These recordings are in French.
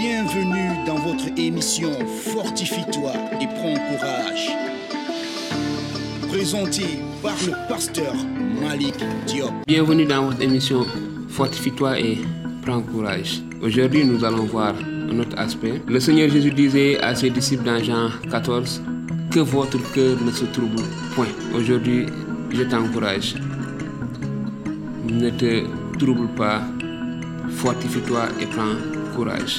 Bienvenue dans votre émission Fortifie-toi et prends courage. Présenté par le pasteur Malik Diop. Bienvenue dans votre émission Fortifie-toi et prends courage. Aujourd'hui, nous allons voir un autre aspect. Le Seigneur Jésus disait à ses disciples dans Jean 14 que votre cœur ne se trouble point. Aujourd'hui, je t'encourage. Ne te trouble pas. Fortifie-toi et prends courage.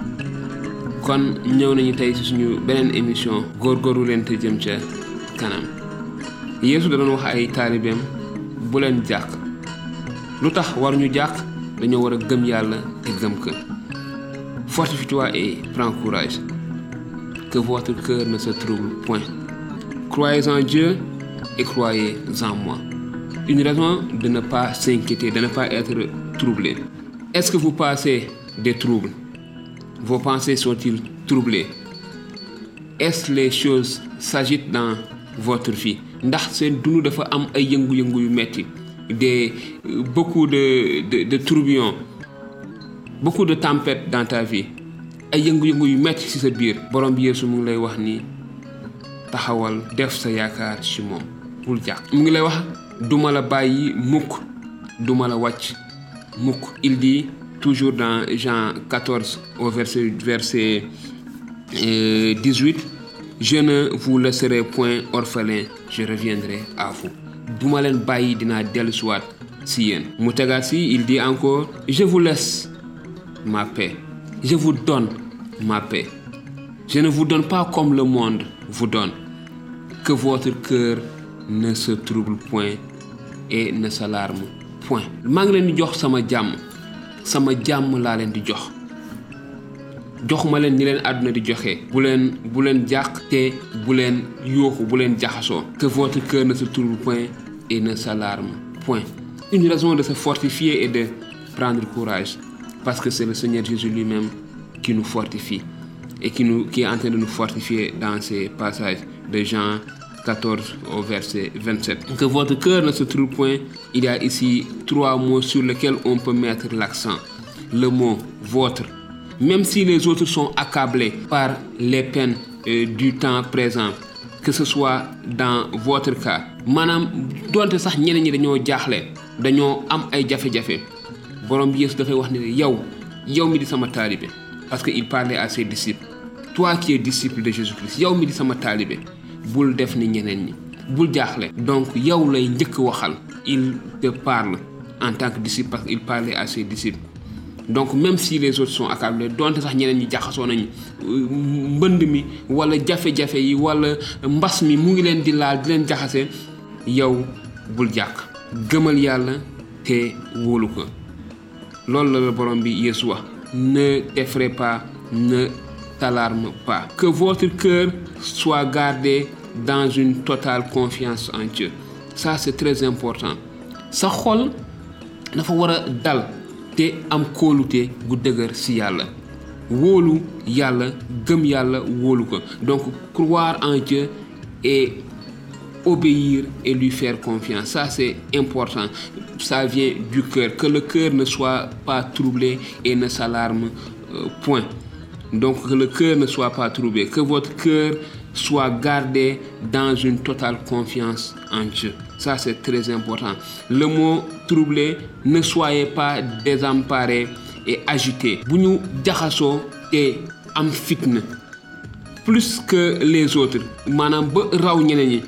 kon ñëw nañu tey ci suñu beneen émission góorgóorlu leen te jëm ca kanam. Yeesu da doon wax ay taalibeem bu leen jàq. lu tax war ñu jàq dañoo war a gëm yàlla te gëm ko. Fortifie-toi et prends courage. Que votre cœur ne se trouble point. Croyez en Dieu et croyez en moi. Une raison de ne pas s'inquiéter, de ne pas être troublé. Est-ce que vous passez des troubles? Vos pensées sont-ils troublées? Est-ce que les choses s'agitent dans votre vie? Ndax seen dund dafa am ay yëngu-yëngu yu metti, beaucoup de tourbillons, beaucoup de tempêtes dans ta vie, ay yëngu-yëngu yu metti ci sa biir. Borom bi Yeesu mu ngi lay wax ni taxawal def sa yaakaar ci moom, bul jàq. Mu ngi lay wax duma la bàyyi mukk, duma la wàcc mukk. Il dit toujours dans Jean 14 au verset 18, je ne vous laisserai point orphelin, je reviendrai à vous. Duma leen bàyyi dinaa dellusiwaat si yéen. Mu tegaat si, il dit encore, je vous laisse ma paix, je vous donne ma paix. Je ne vous donne pas comme le monde vous donne. Que votre cœur ne se trouble point et ne s'alarme point. Maa ngi leen di jox sama jàmm laa leen di jox. Joxuma leen ni leen àdduna di joxe. Bu leen jàq te bu leen yooxu, bu leen jaxasoo. Que votre cœur ne se trouble point et ne s'alarme point. Une raison de se fortifier et de prendre courage, parce que c'est le Seigneur Jésus lui-même qui nous fortifie et qui est en train de nous fortifier dans ces passages de Jean 14 au verset 27. Que votre cœur ne se trouble point. Il y a ici 3 mots sur lesquels on peut mettre l'accent. Le mot votre. Même si les autres sont accablés par les peines du temps présent, que ce soit dans votre cas, maanaam donte sax ñeneen ñi dañoo jaaxle, dañoo am ay jafe-jafe, borom bi Yeesu dafay wax ne yow mi di sama taalibe, parce que il parlait à ses disciples. Toi qui es disciple de Jésus-Christ, yow mi di sama taalibe, bul def ni ñeneen ñi, bul jaaxle. Donc yow lay njëkk waxal. Il te parle en tant que disciple parce qu'il parlait à ses disciples. Donc même si les autres sont accablés, donte sax ñeneen ñi jaxasoo nañu, mbënd mi wala jafe-jafe yi wala mbas mi mu ngi leen di laal di leen jaxase, yow bul jàq. Gëmal yàlla te wóolu ko. Loolu la borom bi Yeesu wax. Ne t'effraie pas, ne t'alarme pas. Que votre cœur soit gardé dans une totale confiance en Dieu. Ça c'est très important. Sa xol dafa war a dal te am kóolute gu dëgër ci yàlla. Wóolu yàlla, gëm yàlla, wóolu ko. Donc croire en Dieu et obéir et lui faire confiance. Ça c'est important. Ça vient du cœur. Que le cœur ne soit pas troublé et ne s'alarme point. Donc que le cœur ne soit pas troublé. Que votre cœur soit gardé dans une totale confiance en Dieu. Ça c'est très important. Le mot troublé, ne soyez pas désemparés et agités. Bu ñu jaxasoo te am fitna plus que les autres, maanaam ba raw ñeneen ñi,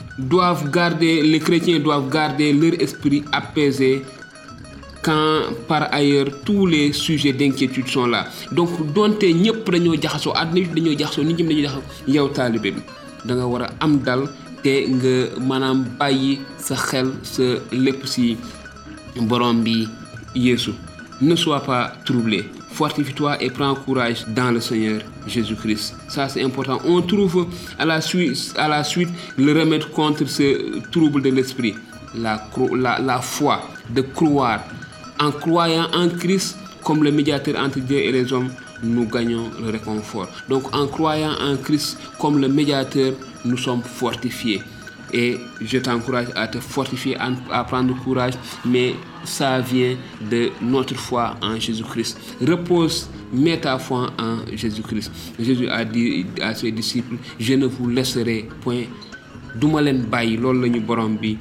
les chrétiens doivent garder leur esprit apaisé quand par ailleurs tous les sujets d'inquiétude sont là. Donc donte ñëpp dañoo jaxasoo, àdduna bi dañoo jaxasoo, nit ñi dañoo jaxasoo, yow taalibe bi da nga war a am dal te nga maanaam bàyyi sa xel sa lépp ci borom bi Yeesu. Ne sois pas troublé. Fortifie-toi et prends courage dans le Seigneur Jésus-Christ. Ça c'est important. On trouve à la suite le remède contre ce trouble de l'esprit. La foi, de croire. En croyant en Christ comme le médiateur entre Dieu et les hommes, nous gagnons le réconfort. Donc en croyant en Christ comme le médiateur, nous sommes fortifiés. et je t'encourage à te fortifier, à prendre courage, mais ça vient de notre foi en Jésus-Christ. Repose, mets ta foi en Jésus-Christ. Jésus a dit à ses disciples, je ne vous laisserai point. Duma len bàyyi, loolu la ñu borom bi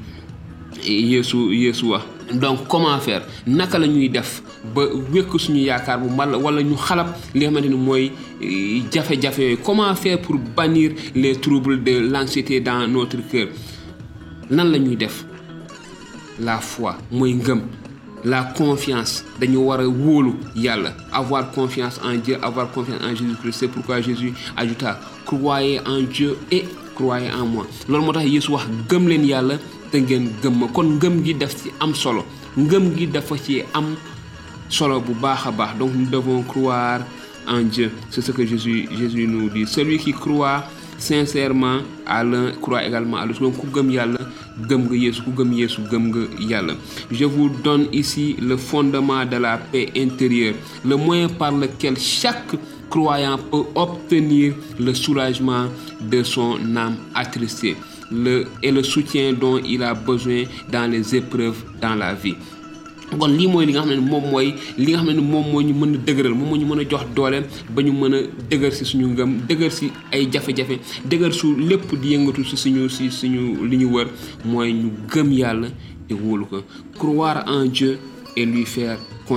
Yeesu wax. Donc comment faire, naka la ñuy def ba wékk suñu yaakaar bu mal wala ñu xalab li nga xamante ni mooy jafe-jafe yooyu. Comment faire pour bannir les troubles de l'anxiété dans notre cœur? Nan la ñuy def? La foi mooy ngëm, la confiance, dañu war a wóolu yàlla, avoir confiance en Dieu, avoir confiance en Jésus-Christ. C'est pourquoi Jésus ajouta, croyez en Dieu et croyez en moi. Loolu moo tax Yeesu wax gëm leen yàlla te ngeen gëm ma. Kon ngëm gi daf ci am solo, ngëm gi dafa ci am solo bu baax a baax. Donc nous devons croire en Dieu. C'est ce que Jésus nous dit. Celui qui croit sincèrement à l'un croit également à l'autre. Donc ku gëm yàlla gëm nga Yeesu, ku gëm Yeesu gëm nga yàlla. Je vous donne ici le fondement de la paix intérieure, le moyen par lequel chaque croyant peut obtenir le soulagement de son âme attristée et le soutien dont il a besoin dans les épreuves dans la vie. Kon lii mooy li nga xam ne moom mooy li nga xam ne moom moo ñu mën a dëgëral, moom moo ñu mën a jox doole ba ñu mën a dëgër si suñu ngëm, dëgër si ay jafe-jafe, dëgër su lépp di yëngatu si suñu li ñu wër, mooy ñu gëm yàlla te wóolu ko. Croire en Dieu et lui faire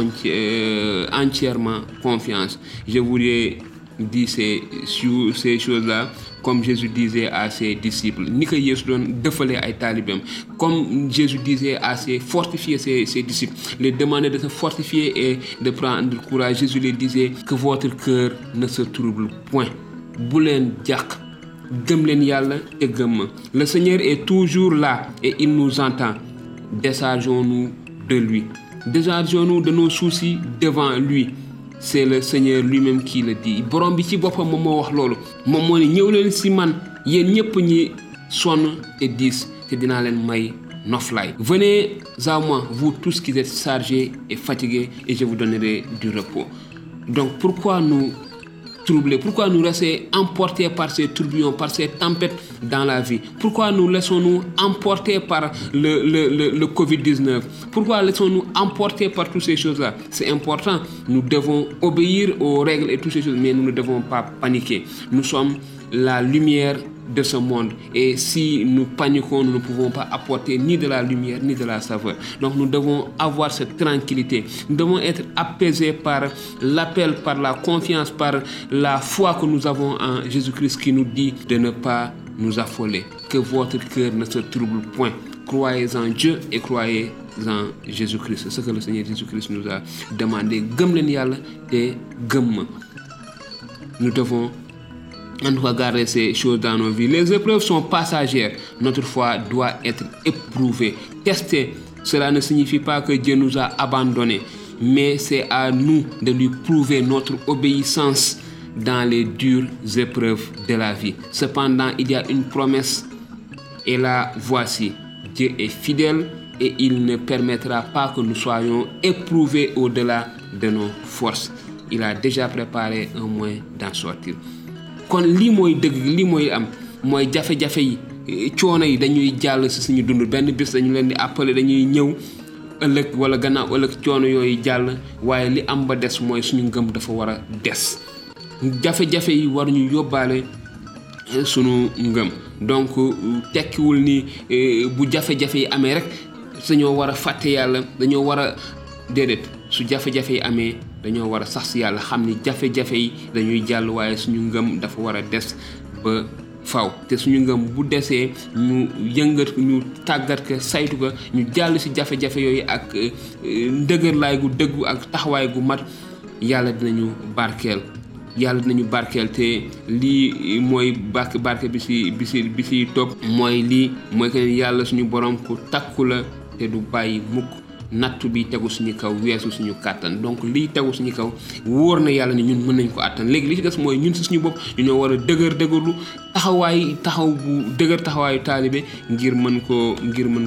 entièrement confiance. Je voulais dire ces choses-là comme Jésus disait à ses disciples. Ni que Jésus doon defalee ay taalibeem, comme Jésus disait à fortifier ses disciples, les demander de se fortifier et de prendre courage. Jésus les disait que votre cœur ne se trouble point. Bu leen jàq, gëm leen yàlla te gëm ma. Le Seigneur est toujours là et il nous entend. Déchargeons-nous de lui. Déchargeons-nous de nos soucis devant lui. C'est le Seigneur lui-même qui le dit. Borom bi ci boppam moom moo wax loolu. Moom moo ne ñëw leen si man yéen ñëpp ñi sonn te diis te dinaa leen may noflaay. Venez à moi, vous tous qui êtes chargés et fatigués, et je vous donnerai du repos. Donc pourquoi nous troubler? Pourquoi nous rester emportés par ces tourbillons, par ces tempêtes dans la vie? Pourquoi nous laissons-nous emporter par le Covid-19? Pourquoi laissons-nous emporter par toutes ces choses-là? C'est important. Nous devons obéir aux règles et toutes ces choses, mais nous ne devons pas paniquer. Nous sommes la lumière de ce monde, et si nous paniquons, nous ne pouvons pas apporter ni de la lumière ni de la saveur. Donc nous devons avoir cette tranquillité. Nous devons être apaisés par l'appel, par la confiance, par la foi que nous avons en Jésus-Christ qui nous dit de ne pas nous affoler, que votre cœur ne se trouble point. Croyez en Dieu et croyez en Jésus-Christ. C'est ce que le Seigneur Jésus-Christ nous a demandé. Gëm leen yàlla te gëm ma. Nous devons en tout cas garder ces choses dans nos vies. Les épreuves sont passagères. Notre foi doit être éprouvée, testée. Cela ne signifie pas que Dieu nous a abandonnés, mais c'est à nous de lui prouver notre obéissance dans les dures épreuves de la vie. Cependant, il y a une promesse, et la voici. Dieu est fidèle et il ne permettra pas que nous soyons éprouvés au-delà de nos forces. Il a déjà préparé un moyen d'en sortir. Kon lii mooy dëgg, lii mooy am, mooy jafe-jafe yi, coono yi dañuy jàll si suñu dund. Benn bis dañu leen di appeler, dañuy ñëw ëllëg wala gannaaw ëllëg coono yooyu jàll, waaye li am ba des mooy suñu ngëm dafa war a des. Jafe-jafe yi war ñu yóbbaale suñu ngëm. Donc tekkiwul ni bu jafe-jafe yi amee rek dañoo war a fàtte yàlla, dañoo war a déedéet. Su jafe-jafe yi amee dañoo war a sax si yàlla, xam ni jafe-jafe yi dañuy jàll, waaye suñu ngëm dafa war a des ba faw. Te suñu ngëm bu desee ñu yëngat, ñu tàggat ko, saytu ko, ñu jàll si jafe-jafe yooyu ak ndëgërlaay gu dëggu ak taxawaay gu mat, yàlla dinañu barkeel. Yàlla dinañu barkeel. Te lii mooy barke bi si topp mooy lii, mooy que yàlla suñu borom ku takku la te du bàyyi mukk nattu bi tegu suñu kaw weesu suñu kàttan. Donc lii tegu suñu kaw wóor na yàlla ni ñun mën nañ ko àttan. Léegi li ci des mooy ñun si suñu bopp ñu ñoo war a dëgërlu taxaw bu dëgër taxawaayu taalibe ngir mën koo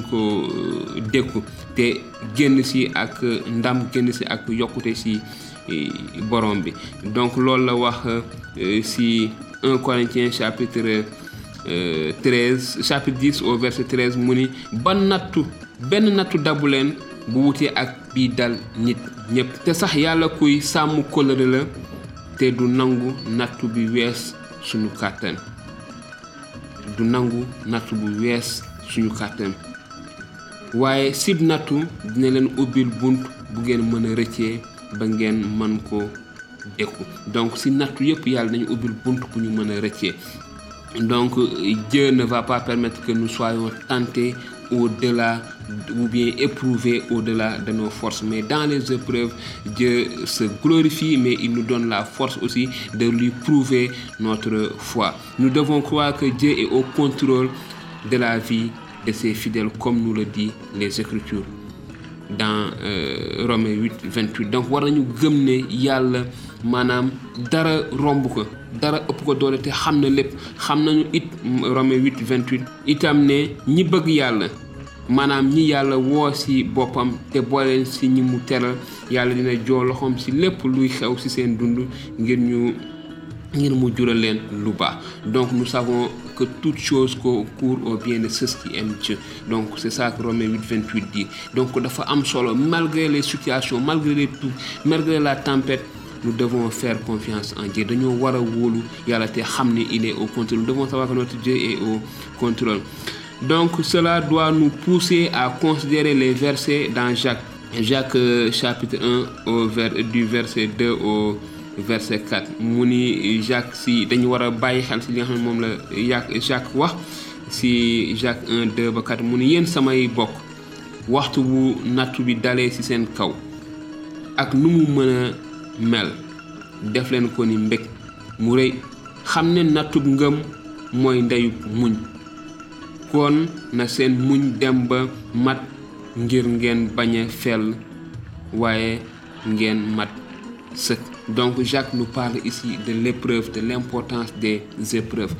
dékku te génn si ak ndam, génn si ak yokkute si borom bi. Donc loolu la wax si 1 Corinthiens chapitre 13 chapitre 10 au verset 13 mu ni benn nattu dabu leen bu wutee ak bii dal nit ñëpp te sax yàlla kuy sàmm kóllëre la te du nangu nattu bi wees suñu kàttan waaye sib nattu dina leen ubbil bunt bu ngeen mën a rëccee ba ngeen mën ko dékku donc si nattu yëpp yàlla nañu ubbil bunt bu ñu mën a rëccee. Donc Dieu ne va pas permettre que nous soyons tentés au-delà ou bien éprouvés au-delà de nos forces. Mais dans les épreuves, Dieu se glorifie, mais il nous donne la force aussi de lui prouver notre foi. Nous devons croire que Dieu est au contrôle de la vie de ses fidèles, comme nous le dit les Écritures dans Romains 8, 28. Donc war nañu gëm ne yàlla maanaam dara romb ko dara ëpp ko doole te xam na lépp xam nañu it Romains 8, 28 itam ne ñi bëgg yàlla maanaam ñi yàlla woo si boppam te booleen si ñi mu teral yàlla dina joo loxoom si lépp luy xew si seen dund ngir mu jural leen lu baax. Donc nous savons que toute chose concourt au bien de ceux qui aiment Dieu. Donc c'est ça que Romains 8, 28 dit. Donc dafa am solo malgré les situations, malgré la tempête, nous devons faire confiance en Dieu. Dañoo war a wóolu yàlla te xam ne il est au contrôle. Nous devons savoir que notre Dieu est au contrôle. Donc cela doit nous pousser à considérer les versets dans Jacques chapitre 1 du verset 2 au verset 4 mu ni Jacques si dañu war a bàyyi xel si li nga xam ne moom la Jacques wax si Jacques 1 2 ba 4 mu ni yéen samay bokk waxtu bu nattu bi dalee si seen kaw ak nu mu mën a mel def leen ko ni mbég mu rëy xam ne nattu ngëm mooy ndeyu muñ kon na seen muñ dem ba mat ngir ngeen bañ a fel waaye ngeen mat sëkk. Donc Jacques nous parle ici de l'épreuve, de l'importance des épreuves.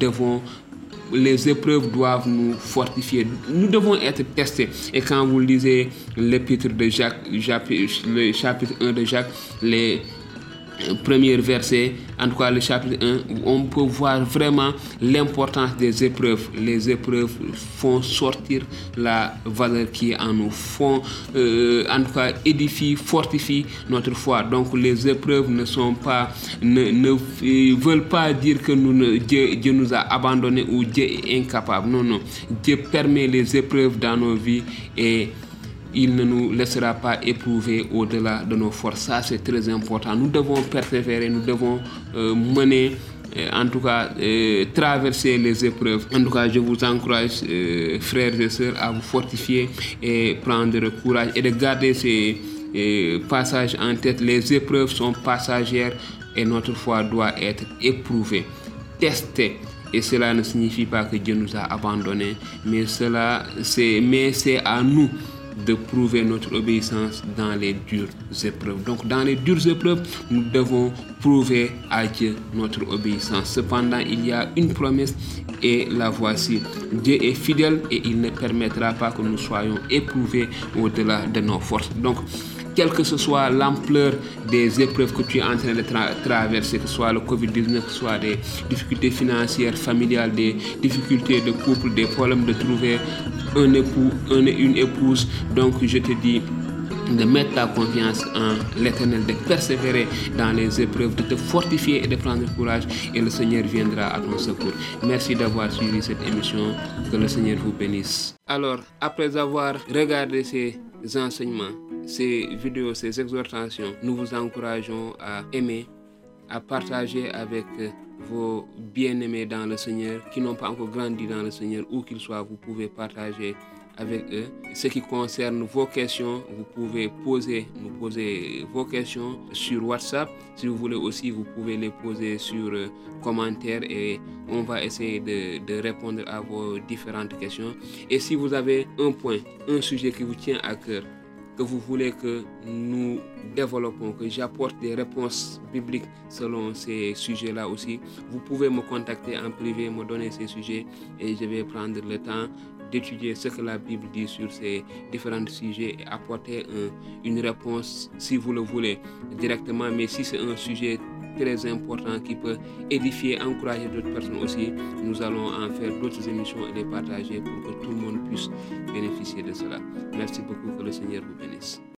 Les épreuves doivent nous fortifier. Nous devons être testés. Et quand vous lisez l'épître de Jacques, le chapitre 1 de Jacques, les premiers versets, en tout cas le chapitre 1, on peut voir vraiment l'importance des épreuves. Les épreuves font sortir la valeur qui est en nous, font en tout cas édifient, fortifient notre foi. Donc les épreuves ne veulent pas dire que Dieu nous a abandonnés ou Dieu est incapable. Non. Dieu permet les épreuves dans nos vies et il ne nous laissera pas éprouver au-delà de nos forces. Ça, c'est très important. Nous devons persévérer, nous devons mener, en tout cas, traverser les épreuves. En tout cas, je vous encourage, frères et sœurs, à vous fortifier et prendre courage et de garder ces passages en tête. Les épreuves sont passagères et notre foi doit être éprouvée, testée. Et cela ne signifie pas que Dieu nous a abandonnés, mais c'est à nous de prouver notre obéissance dans les dures épreuves. Donc dans les dures épreuves, nous devons prouver à Dieu notre obéissance. Cependant, il y a une promesse et la voici. Dieu est fidèle et il ne permettra pas que nous soyons éprouvés au-delà de nos forces. Donc, quelle que ce soit l'ampleur des épreuves que tu es en train de traverser, que ce soit le Covid-19, que ce soit des difficultés financières, familiales, des difficultés de couple, des problèmes de trouver un époux, une épouse. Donc je te dis de mettre ta confiance en l'Éternel, de persévérer dans les épreuves, de te fortifier et de prendre courage et le Seigneur viendra à ton secours. Merci d'avoir suivi cette émission. Que le Seigneur vous bénisse. Alors, après avoir regardé ces enseignements, ces vidéos, ces exhortations, nous vous encourageons à aimer, à partager avec vos bien-aimés dans le Seigneur qui n'ont pas encore grandi dans le Seigneur, où qu'ils soient, vous pouvez partager avec eux. Ce qui concerne vos questions, vous pouvez nous poser vos questions sur WhatsApp. Si vous voulez aussi, vous pouvez les poser sur commentaires et on va essayer de répondre à vos différentes questions. Et si vous avez un sujet qui vous tient à cœur, que vous voulez que nous développons, que j'apporte des réponses bibliques selon ces sujets-là aussi, vous pouvez me contacter en privé, me donner ces sujets et je vais prendre le temps d'étudier ce que la Bible dit sur ces différents sujets et apporter une réponse si vous le voulez directement. Mais si c'est un sujet très important qui peut édifier, encourager d'autres personnes aussi. Nous allons en faire d'autres émissions et les partager pour que tout le monde puisse bénéficier de cela. Merci beaucoup, que le Seigneur vous bénisse.